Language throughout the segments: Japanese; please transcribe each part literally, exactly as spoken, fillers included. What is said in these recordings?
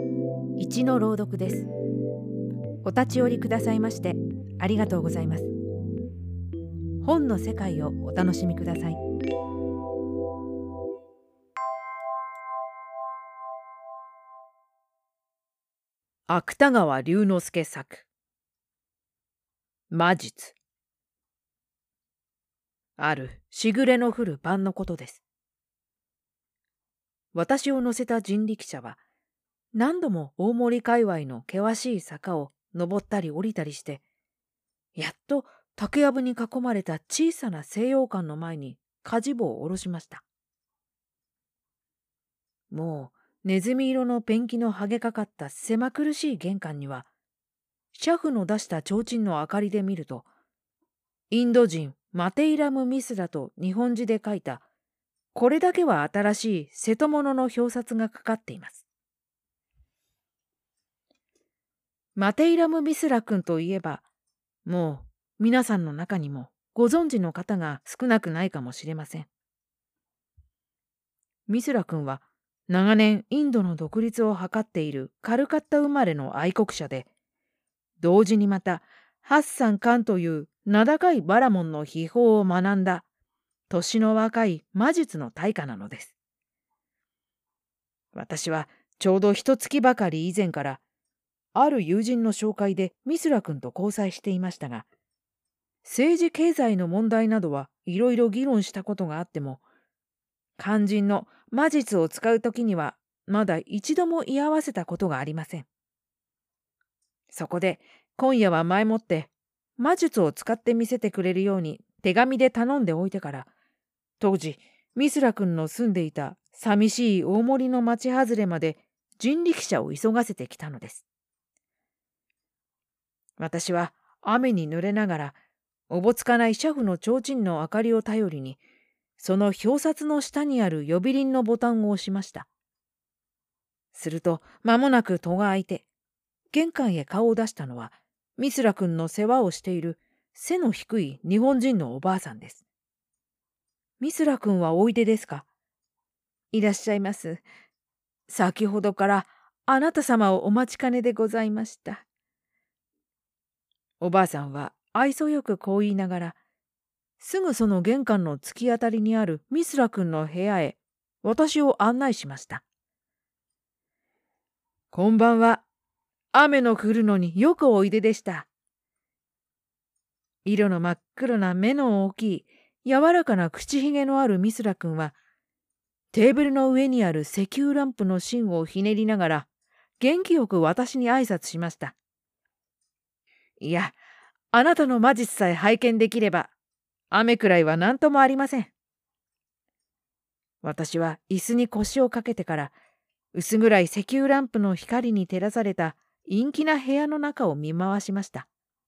一の朗読です。お立ち寄りくださいましてありがとうございます。本の世界をお楽しみください。芥川龍之介作魔術。あるしぐれの降る晩のことです。私を乗せた人力車は何度も大森界隈の険しい坂を登ったり降りたりして、やっと竹やぶに囲まれた小さな西洋館の前に舵棒を下ろしました。もうネズミ色のペンキの剥げかかった狭苦しい玄関には、シャフの出した提灯の明かりで見ると、インド人マテイラム・ミスラと日本字で書いた、これだけは新しい瀬戸物の表札がかかっています。マテイラム・ミスラ君といえば、もう皆さんの中にもご存知の方が少なくないかもしれません。ミスラ君は長年インドの独立を図っているカルカッタ生まれの愛国者で、同時にまたハッサン・カンという名高いバラモンの秘法を学んだ年の若い魔術の大家なのです。私はちょうど一月ばかり以前からある友人の紹介でミスラ君と交際していましたが、政治経済の問題などはいろいろ議論したことがあっても、肝心の魔術を使うときにはまだ一度も居合わせたことがありません。そこで今夜は前もって魔術を使って見せてくれるように手紙で頼んでおいてから、当時ミスラ君の住んでいた寂しい大森の町外れまで人力車を急がせてきたのです。私は雨に濡れながらおぼつかない車夫の提灯の明かりを頼りに、その表札の下にある呼び鈴のボタンを押しました。すると間もなく戸が開いて、玄関へ顔を出したのはミスラ君の世話をしている背の低い日本人のおばあさんです。ミスラ君はおいでですか？いらっしゃいます。先ほどからあなた様をお待ちかねでございました。おばあさんは愛想よくこう言いながら、すぐその玄関の突き当たりにあるミスラ君の部屋へ私を案内しました。こんばんは。雨の降るのによくおいででした。色の真っ黒な目の大きい柔らかな口ひげのあるミスラ君は、テーブルの上にある石油ランプの芯をひねりながら元気よく私に挨拶しました。いや、あなたの魔術さえ拝見できれば雨くらいは何ともありません。私は椅子に腰をかけてから薄暗い石油ランプの光に照らされた陰気な部屋の中を見回しました。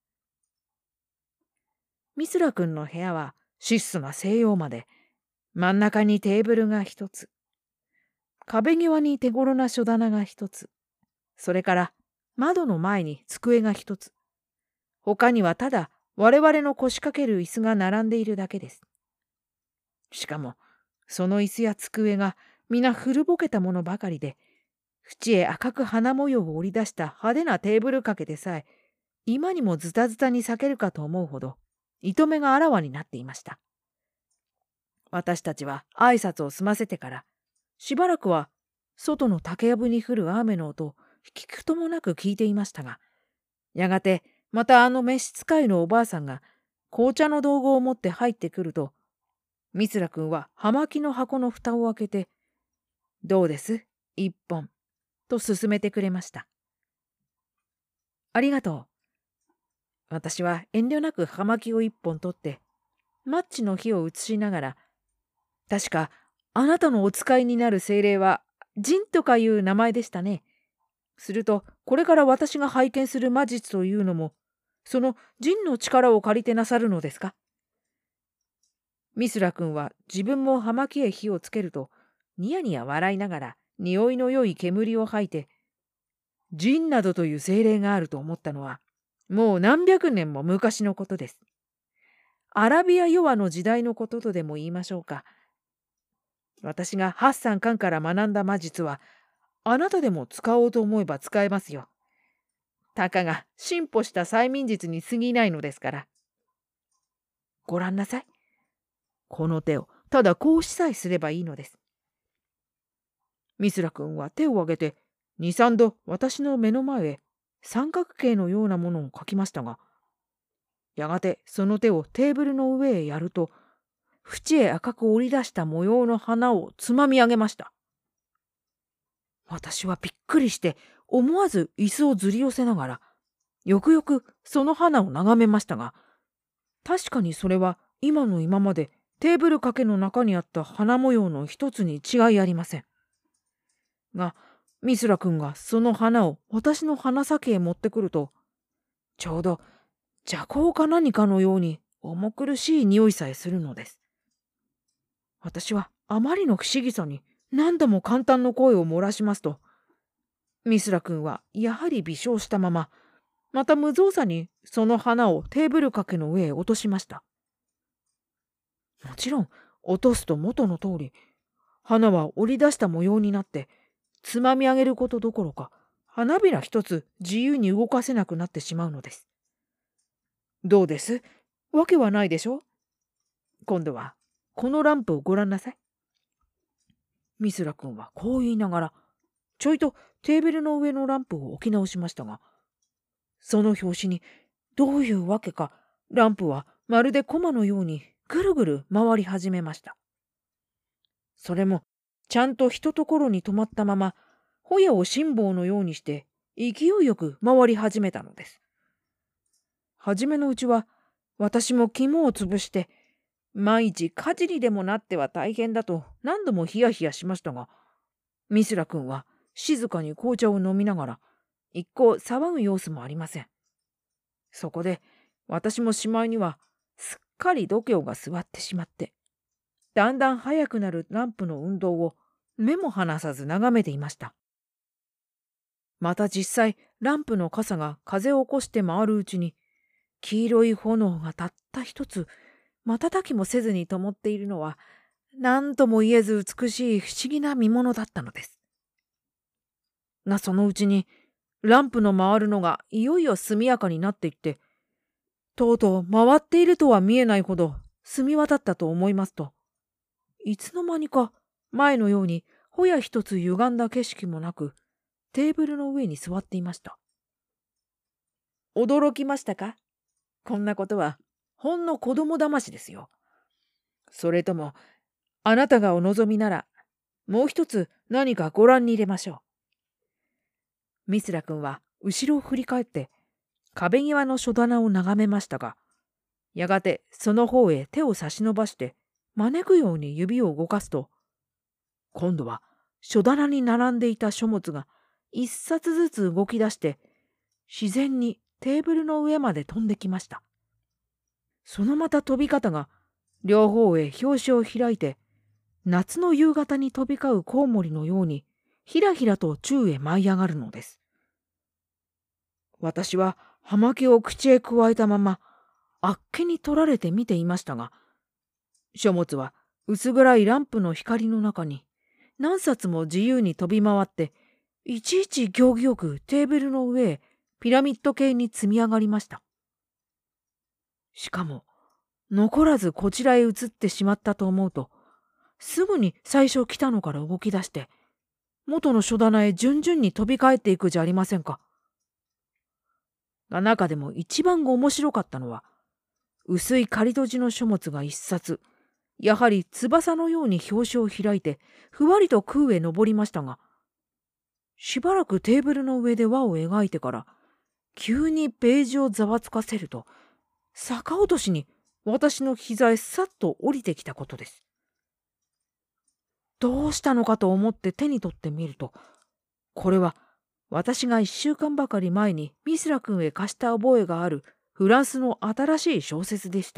ミスラ君の部屋は質素な西洋間で、真ん中にテーブルが一つ、壁際に手頃な書棚が一つ、それから窓の前に机が一つ、他にはただ我々の腰掛ける椅子が並んでいるだけです。しかもその椅子や机が皆古ぼけたものばかりで、縁へ赤く花模様を織り出した派手なテーブル掛けでさえ、今にもズタズタに裂けるかと思うほど糸目があらわになっていました。私たちは挨拶を済ませてから、しばらくは外の竹やぶに降る雨の音を聞くともなく聞いていましたが、やがてまたあの召使いのおばあさんが紅茶の道具を持って入ってくると、ミスラ君は葉巻の箱の蓋を開けて、どうです一本、と勧めてくれました。ありがとう。私は遠慮なく葉巻を一本取って、マッチの火を移しながら、確かあなたのお使いになる精霊はジンとかいう名前でしたね。するとこれから私が拝見する魔術というのも、そのジンの力を借りてなさるのですか？ミスラ君は自分も葉巻へ火をつけると、ニヤニヤ笑いながら匂いの良い煙を吐いて、ジンなどという精霊があると思ったのは、もう何百年も昔のことです。アラビアヨアの時代のこととでも言いましょうか。私がハッサンカンから学んだ魔術は、 あなたでも使おうと思えば使えますよ。たかが進歩した催眠術に過ぎないのですから。ご覧なさい。この手をただこうしさえすればいいのです。ミスラ君は手を挙げて二三度私の目の前へ三角形のようなものを描きましたが、やがてその手をテーブルの上へやると、縁へ赤く織り出した模様の花をつまみ上げました。私はびっくりして思わず椅子をずり寄せながら、よくよくその花を眺めましたが、確かにそれは今の今までテーブル掛けの中にあった花模様の一つに違いありません。が、ミスラ君がその花を私の鼻先へ持ってくると、ちょうど邪香か何かのように重苦しい匂いさえするのです。私はあまりの不思議さに何度も簡単の声を漏らしますと、ミスラ君はやはり微笑したまま、また無造作にその花をテーブル掛けの上へ落としました。もちろん落とすと元の通り、花は織り出した模様になって、つまみ上げることどころか、花びら一つ自由に動かせなくなってしまうのです。どうです？わけはないでしょ？今度はこのランプをご覧なさい。ミスラ君はこう言いながら、ちょいとテーブルの上のランプを置き直しましたが、その拍子にどういうわけかランプはまるでコマのようにぐるぐる回り始めました。それもちゃんとひとところに止まったまま、ホヤを辛抱のようにして勢いよく回り始めたのです。はじめのうちは私も肝をつぶして、毎日火事にでもなっては大変だと何度もヒヤヒヤしましたが、ミスラ君は静かに紅茶を飲みながら一向騒ぐ様子もありません。そこで私もしまいにはすっかり度胸が座ってしまって、だんだん速くなるランプの運動を目も離さず眺めていました。また実際ランプの傘が風を起こして回るうちに、黄色い炎がたった一つ瞬きもせずに灯っているのは、何とも言えず美しい不思議な見物だったのです。がそのうちにランプの回るのがいよいよ速やかになっていって、とうとう回っているとは見えないほど澄み渡ったと思いますと、いつの間にか前のようにほや一つ歪んだ景色もなく、テーブルの上に座っていました。驚きましたか？こんなことはほんの子供だましですよ。それともあなたがお望みなら、もう一つ何かご覧に入れましょう。ミスラ君は後ろを振り返って壁際の書棚を眺めましたが、やがてその方へ手を差し伸ばして招くように指を動かすと、今度は書棚に並んでいた書物が一冊ずつ動き出して、自然にテーブルの上まで飛んできました。そのまた飛び方が両方へ表紙を開いて、夏の夕方に飛び交うコウモリのようにひらひらと宙へ舞い上がるのです。私は葉巻を口へくわえたままあっけに取られて見ていましたが、書物は薄暗いランプの光の中に何冊も自由に飛び回って、いちいち行儀よくテーブルの上へピラミッド形に積み上がりました。しかも残らずこちらへ移ってしまったと思うと、すぐに最初来たのから動き出して、元の書棚へ順々に飛び帰っていくじゃありませんか。が中でも一番面白かったのは、薄い仮閉じの書物が一冊、やはり翼のように表紙を開いて、ふわりと空へ登りましたが、しばらくテーブルの上で輪を描いてから、急にページをざわつかせると、逆落としに私の膝へさっと降りてきたことです。どうしたのかと思って手に取ってみると、これは私が一週間ばかり前にミスラ君へ貸した覚えがあるフランスの新しい小説でした。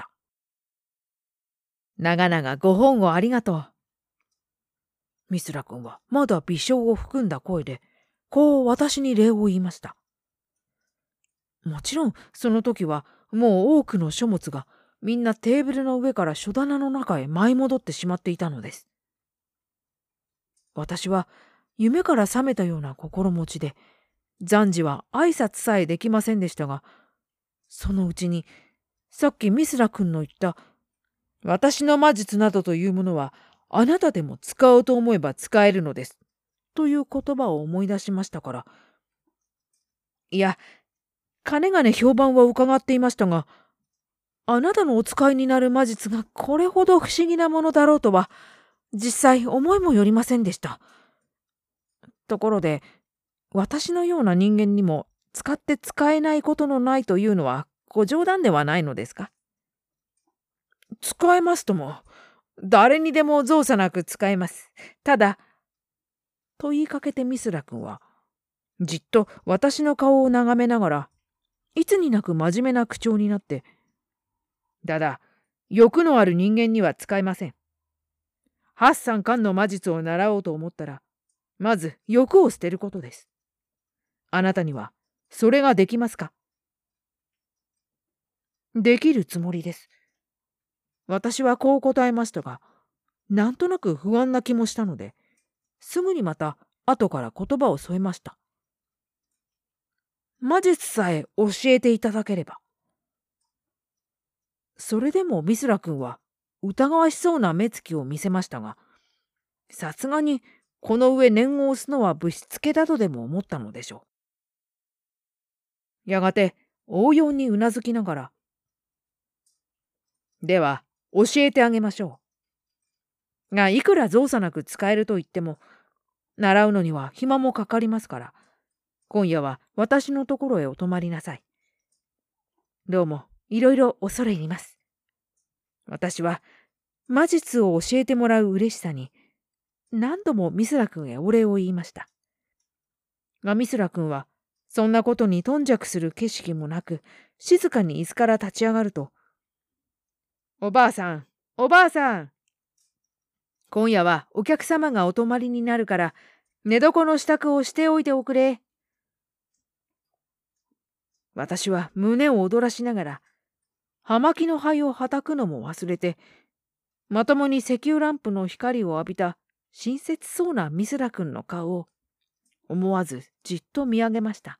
長々ご本をありがとう。ミスラ君はまだ微笑を含んだ声で、こう私に礼を言いました。もちろんその時はもう多くの書物がみんなテーブルの上から書棚の中へ舞い戻ってしまっていたのです。私は夢から覚めたような心持ちで、暫時は挨拶さえできませんでしたが、そのうちに、さっきミスラ君の言った、私の魔術などというものは、あなたでも使おうと思えば使えるのです。という言葉を思い出しましたから。いや、かねがね評判は伺っていましたが、あなたのお使いになる魔術がこれほど不思議なものだろうとは、実際思いもよりませんでした。ところで、私のような人間にも使って使えないことのないというのはご冗談ではないのですか？使えますとも。誰にでも造作なく使えます。ただ、と言いかけてミスラ君は、じっと私の顔を眺めながら、いつになく真面目な口調になって、だだ、欲のある人間には使えません。八三巻の魔術を習おうと思ったら、まず欲を捨てることです。あなたには、それができますか？できるつもりです。私はこう答えましたが、なんとなく不安な気もしたので、すぐにまた後から言葉を添えました。魔術さえ教えていただければ。それでもミスラ君は疑わしそうな目つきを見せましたが、さすがにこの上念を押すのはぶしつけだとでも思ったのでしょう。やがて応用にうなずきながら、では教えてあげましょう。がいくら造作なく使えると言っても、習うのには暇もかかりますから、今夜は私のところへお泊まりなさい。どうもいろいろ恐れ入ります。私は魔術を教えてもらう嬉しさに、何度もミスラ君へお礼を言いました。がミスラ君は、そんなことに頓着する景色もなく、静かに椅子から立ち上がると、おばあさん、おばあさん。今夜はお客様がお泊まりになるから、寝床の支度をしておいておくれ。私は胸を躍らしながら、葉巻の灰をはたくのも忘れて、まともに石油ランプの光を浴びた親切そうなミスラ君の顔を思わずじっと見上げました。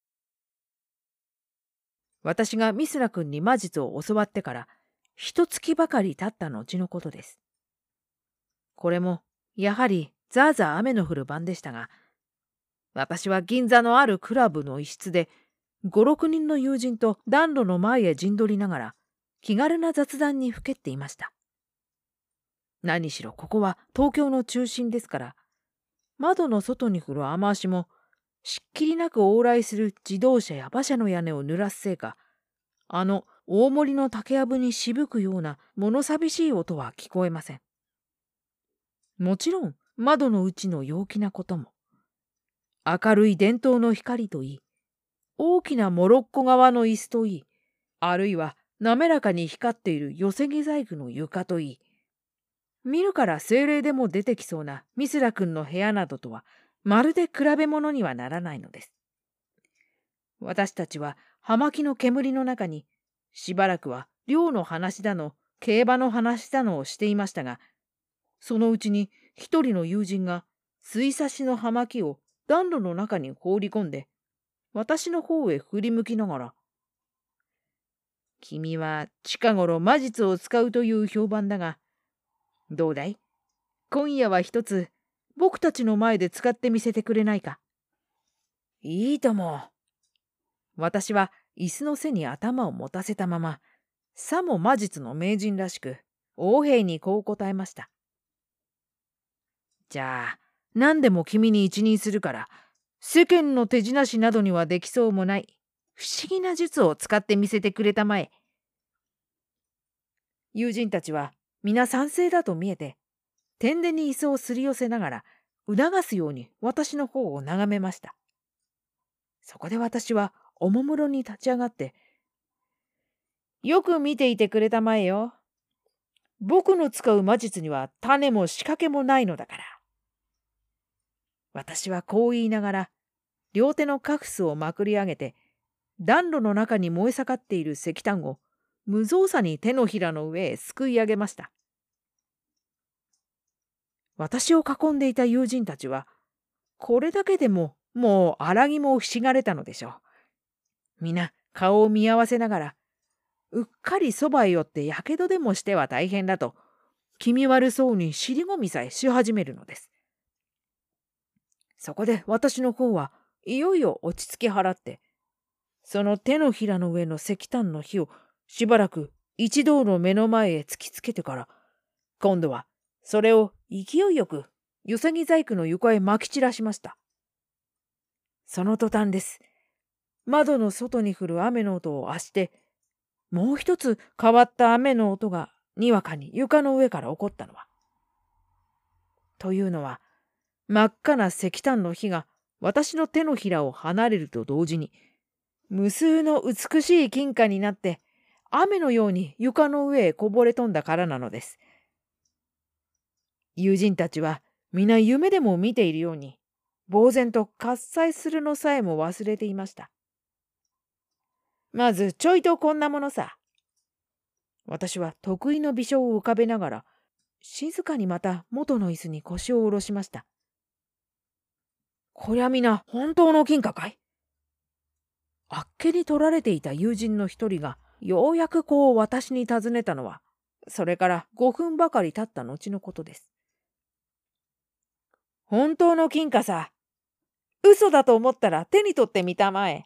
私がミスラ君に魔術を教わってから一月ばかり経った後のことです。これもやはりザーザー雨の降る晩でしたが、私は銀座のあるクラブの一室で五六人の友人と暖炉の前へ陣取りながら気軽な雑談にふけっていました。何しろここは東京の中心ですから、窓の外に降る雨足もしっきりなく往来する自動車や馬車の屋根を濡らすせいか、あの大森の竹やぶにしぶくような物寂しい音は聞こえません。もちろん窓の内の陽気なことも、明るい電灯の光といい、大きなモロッコ側の椅子といい、あるいは滑らかに光っている寄せ木細工の床といい、見るから精霊でも出てきそうなミスラ君の部屋などとはまるで比べ物にはならないのです。私たちは葉巻の煙の中にしばらくは漁の話だの競馬の話だのをしていましたが、そのうちに一人の友人が水差しの葉巻を暖炉の中に放り込んで、私の方へ振り向きながら、君は近頃魔術を使うという評判だが、どうだい？今夜は一つ僕たちの前で使ってみせてくれないか？いいとも。私は椅子の背に頭を持たせたまま、さも魔術の名人らしく、横平にこう答えました。じゃあ、何でも君に一任するから、世間の手品師などにはできそうもない、不思議な術を使ってみせてくれたまえ。友人たちは皆賛成だと見えて、天でに椅子をすり寄せながら、促すように私の方を眺めました。そこで私はおもむろに立ち上がって、よく見ていてくれたまえよ。僕の使う魔術には種も仕掛けもないのだから。私はこう言いながら、両手のカフスをまくり上げて、暖炉の中に燃え盛っている石炭を無造作に手のひらの上へすくい上げました。私を囲んでいた友人たちは、 これだけでももう荒木もひしがれたのでしょう。皆顔を見合わせながら、うっかりそばへ寄ってやけどでもしては大変だと、気味悪そうに尻込みさえし始めるのです。そこで私の方はいよいよ落ち着き払って、その手のひらの上の石炭の火をしばらく一同の目の前へ突きつけてから、今度はそれを勢いよくゆさぎ細工の床へ撒き散らしました。その途端です。窓の外に降る雨の音をあして、もう一つ変わった雨の音がにわかに床の上から起こったのは。というのは、真っ赤な石炭の火が私の手のひらを離れると同時に、無数の美しい金貨になって、雨のように床の上へこぼれ飛んだからなのです。友人たちは皆夢でも見ているように、呆然と喝采するのさえも忘れていました。まずちょいとこんなものさ。私は得意の微笑を浮かべながら、静かにまた元の椅子に腰を下ろしました。こりゃ皆本当の金貨かい？あっけに取られていた友人の一人がようやくこう私に尋ねたのは、それからごふんばかり経った後のことです。本当の金貨さ。嘘だと思ったら手に取ってみたまえ。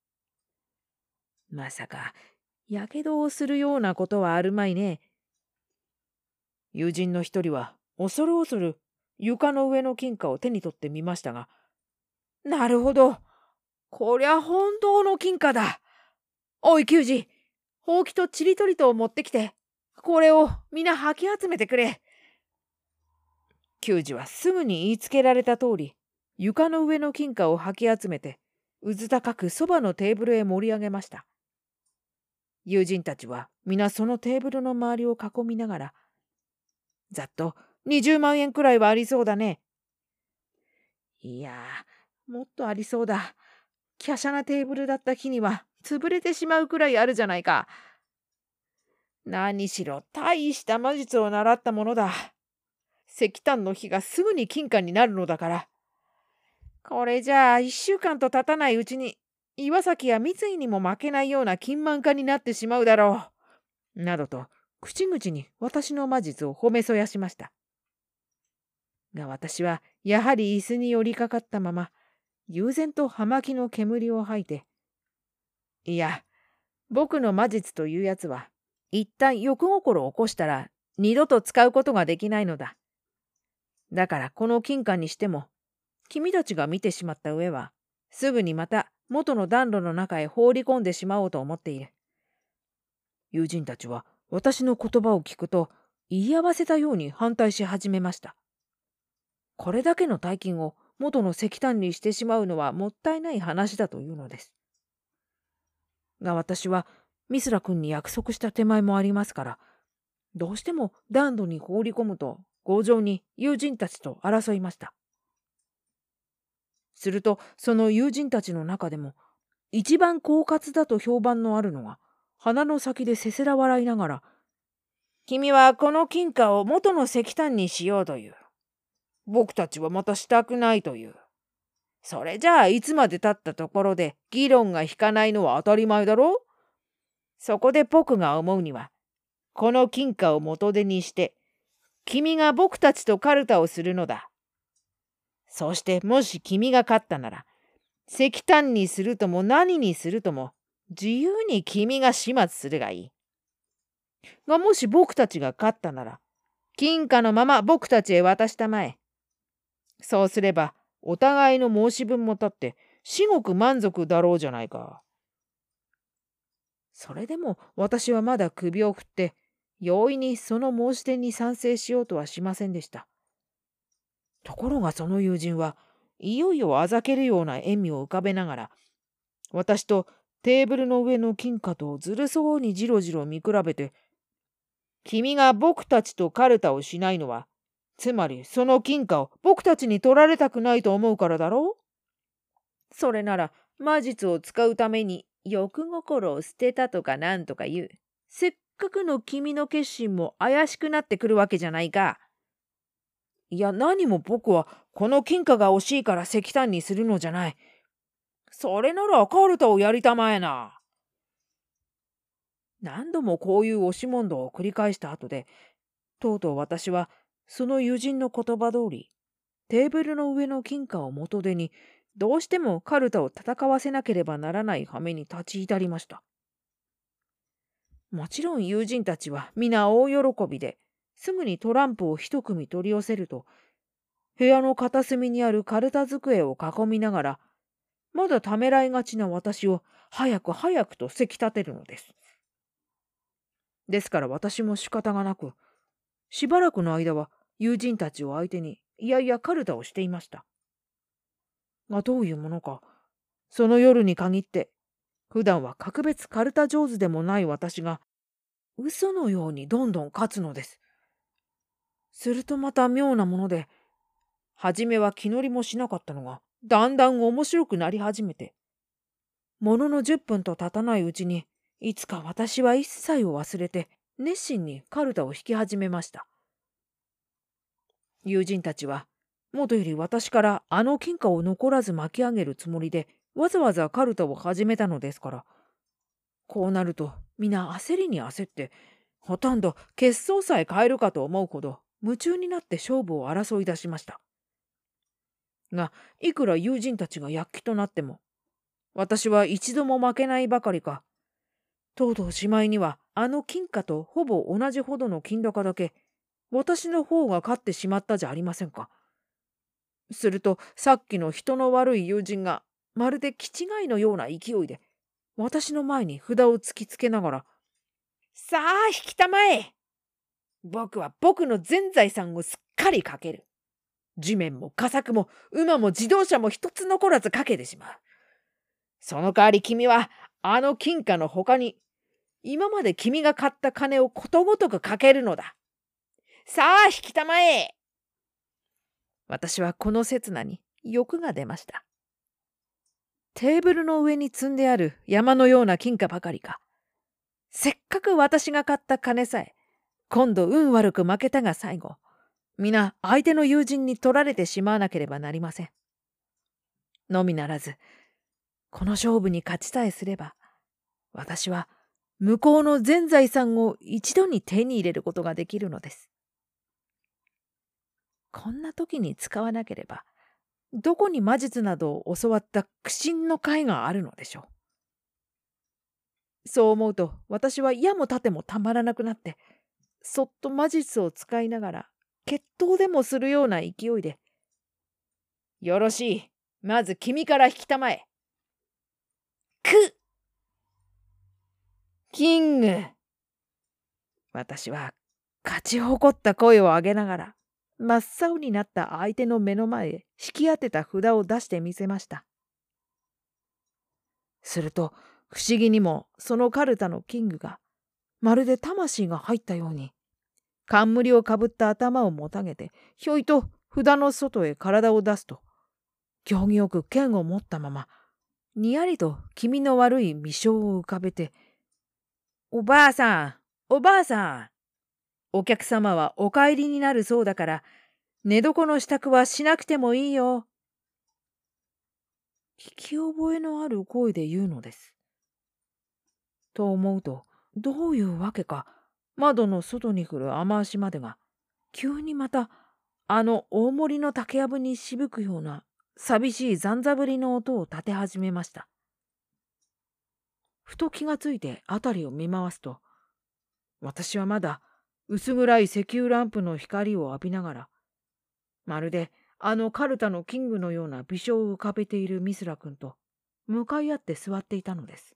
まさか、やけどをするようなことはあるまいね。友人の一人は恐る恐る床の上の金貨を手に取ってみましたが、なるほど。こりゃ本当の金貨だ。おい球児、ほうきとちりとりとを持ってきて、これを皆履き集めてくれ。球児はすぐに言いつけられた通り、床の上の金貨を履き集めて、うず高くそばのテーブルへ盛り上げました。友人たちは皆そのテーブルの周りを囲みながら、ざっとにじゅうまんえんくらいはありそうだね。いやー、もっとありそうだ。華奢なテーブルだった日には潰れてしまうくらいあるじゃないか。何しろ大した魔術を習ったものだ。石炭の火がすぐに金貨になるのだから。これじゃあ一週間と経たないうちに岩崎や三井にも負けないような金満家になってしまうだろう。などと口々に私の魔術を褒めそやしました。が私はやはり椅子に寄りかかったまま、悠然と葉巻の煙を吐いて、いや、僕の魔術というやつは、一旦欲心を起こしたら二度と使うことができないのだ。だからこの金貨にしても、君たちが見てしまった上は、すぐにまた元の暖炉の中へ放り込んでしまおうと思っている。友人たちは私の言葉を聞くと、言い合わせたように反対し始めました。これだけの大金を元の石炭にしてしまうのはもったいない話だというのです。が私はミスラ君に約束した手前もありますから、どうしても暖炉に放り込むと強情に友人たちと争いました。するとその友人たちの中でも一番狡猾だと評判のあるのが、鼻の先でせせら笑いながら、君はこの金貨を元の石炭にしようという。僕たちはまたしたくないという。それじゃあいつまで経ったところで議論が引かないのは当たり前だろう。そこで僕が思うには、この金貨を元手にして、君が僕たちとカルタをするのだ。そしてもし君が勝ったなら、石炭にするとも何にするとも、自由に君が始末するがいい。がもし僕たちが勝ったなら、金貨のまま僕たちへ渡したまえ。そうすれば、お互いの申し分も立って、至極満足だろうじゃないか。それでも私はまだ首を振って、容易にその申し出に賛成しようとはしませんでした。ところがその友人は、いよいよあざけるような笑みを浮かべながら、私とテーブルの上の金貨とずるそうにじろじろ見比べて、君が僕たちとカルタをしないのは、つまりその金貨を僕たちに取られたくないと思うからだろう？それなら魔術を使うために欲心を捨てたとかなんとか言う。せっかくの君の決心も怪しくなってくるわけじゃないか。 いや、何も僕はこの金貨が惜しいから石炭にするのじゃない。それならカルタをやりたまえな。何度もこういう押し問答を繰り返した後で、とうとう私はその友人の言葉通り、テーブルの上の金貨を元手に、どうしてもカルタを戦わせなければならない羽目に立ち至りました。もちろん友人たちは皆大喜びで、すぐにトランプを一組取り寄せると、部屋の片隅にあるカルタ机を囲みながら、まだためらいがちな私を早く早くとせき立てるのです。ですから私も仕方がなく、しばらくの間は友人たちを相手にいやいやカルタをしていました。がどういうものか、その夜に限って、普段は格別カルタ上手でもない私が、嘘のようにどんどん勝つのです。するとまた妙なもので、はじめは気乗りもしなかったのが、だんだん面白くなり始めて、もののじゅっぷんと経たないうちに、いつか私は一切を忘れて、熱心にカルタを引き始めました。友人たちは、もとより私からあの金貨を残らず巻き上げるつもりで、わざわざカルタを始めたのですから、こうなると皆焦りに焦って、ほとんど決闘さえ変えるかと思うほど夢中になって勝負を争い出しました。が、いくら友人たちが躍起となっても、私は一度も負けないばかりか、とうとうしまいにはあの金貨とほぼ同じほどの金高だけ、私の方が勝ってしまったじゃありませんか。するとさっきの人の悪い友人が、まるで気違いのような勢いで、私の前に札を突きつけながら、さあ引きたまえ。僕は僕の全財産をすっかりかける。地面も家作も馬も自動車も一つ残らずかけてしまう。その代わり君はあの金貨の他に、今まで君が買った金をことごとくかけるのだ。さあ引きたまえ。私はこの刹那に欲が出ました。テーブルの上に積んである山のような金貨ばかりか。せっかく私が買った金さえ、今度運悪く負けたが最後、皆相手の友人に取られてしまわなければなりません。のみならず、この勝負に勝ちさえすれば、私は向こうの全財産を一度に手に入れることができるのです。こんな時に使わなければ、どこに魔術などを教わった苦心の甲斐があるのでしょう。そう思うと私は矢も盾もたまらなくなって、そっと魔術を使いながら決闘でもするような勢いで、よろしい、まず君から引きたまえ。くキング。私は勝ち誇った声を上げながら、真っ青になった相手の目の前へ引き当てた札を出してみせました。すると不思議にもそのカルタのキングが、まるで魂が入ったように、冠をかぶった頭をもたげて、ひょいと札の外へ体を出すと、行儀よく剣を持ったまま、にやりと気味の悪い微笑を浮かべて、おばあさん、おばあさん、お客様はお帰りになるそうだから、寝床の支度はしなくてもいいよ。聞き覚えのある声で言うのです。と思うと、どういうわけか、窓の外に降る雨足までが、急にまた、あの大森の竹やぶにしぶくような、寂しい残ざぶりの音を立て始めました。ふと気がついて辺りを見回すと、私はまだ薄暗い石油ランプの光を浴びながら、まるであのカルタのキングのような微笑を浮かべているミスラ君と向かい合って座っていたのです。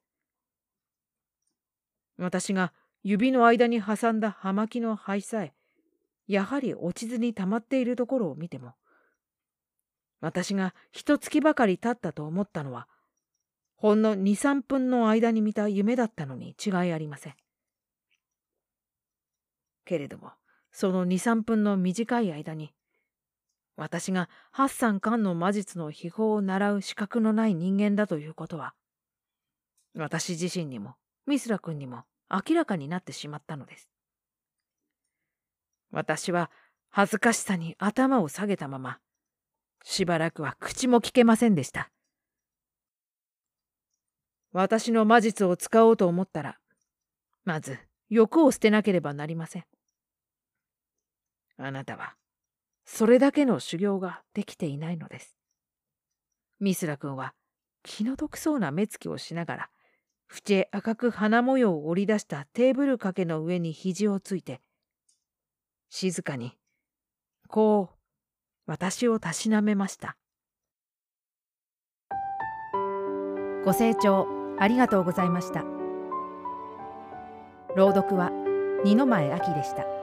私が指の間に挟んだ葉巻の灰さえ、やはり落ちずに溜まっているところを見ても、私が一月ばかり経ったと思ったのは、ほんの二三分の間に見た夢だったのに違いありません。けれども、その二三分の短い間に、私が八三巻の魔術の秘宝を習う資格のない人間だということは、私自身にもミスラ君にも明らかになってしまったのです。私は恥ずかしさに頭を下げたまま、しばらくは口も聞けませんでした。私の魔術を使おうと思ったら、まず欲を捨てなければなりません。あなたは、それだけの修行ができていないのです。ミスラ君は気の毒そうな目つきをしながら、縁へ赤く花模様を織り出したテーブル掛けの上に肘をついて、静かに、こう、私をたしなめました。ご清聴ありがとうございました。朗読は二の前あきでした。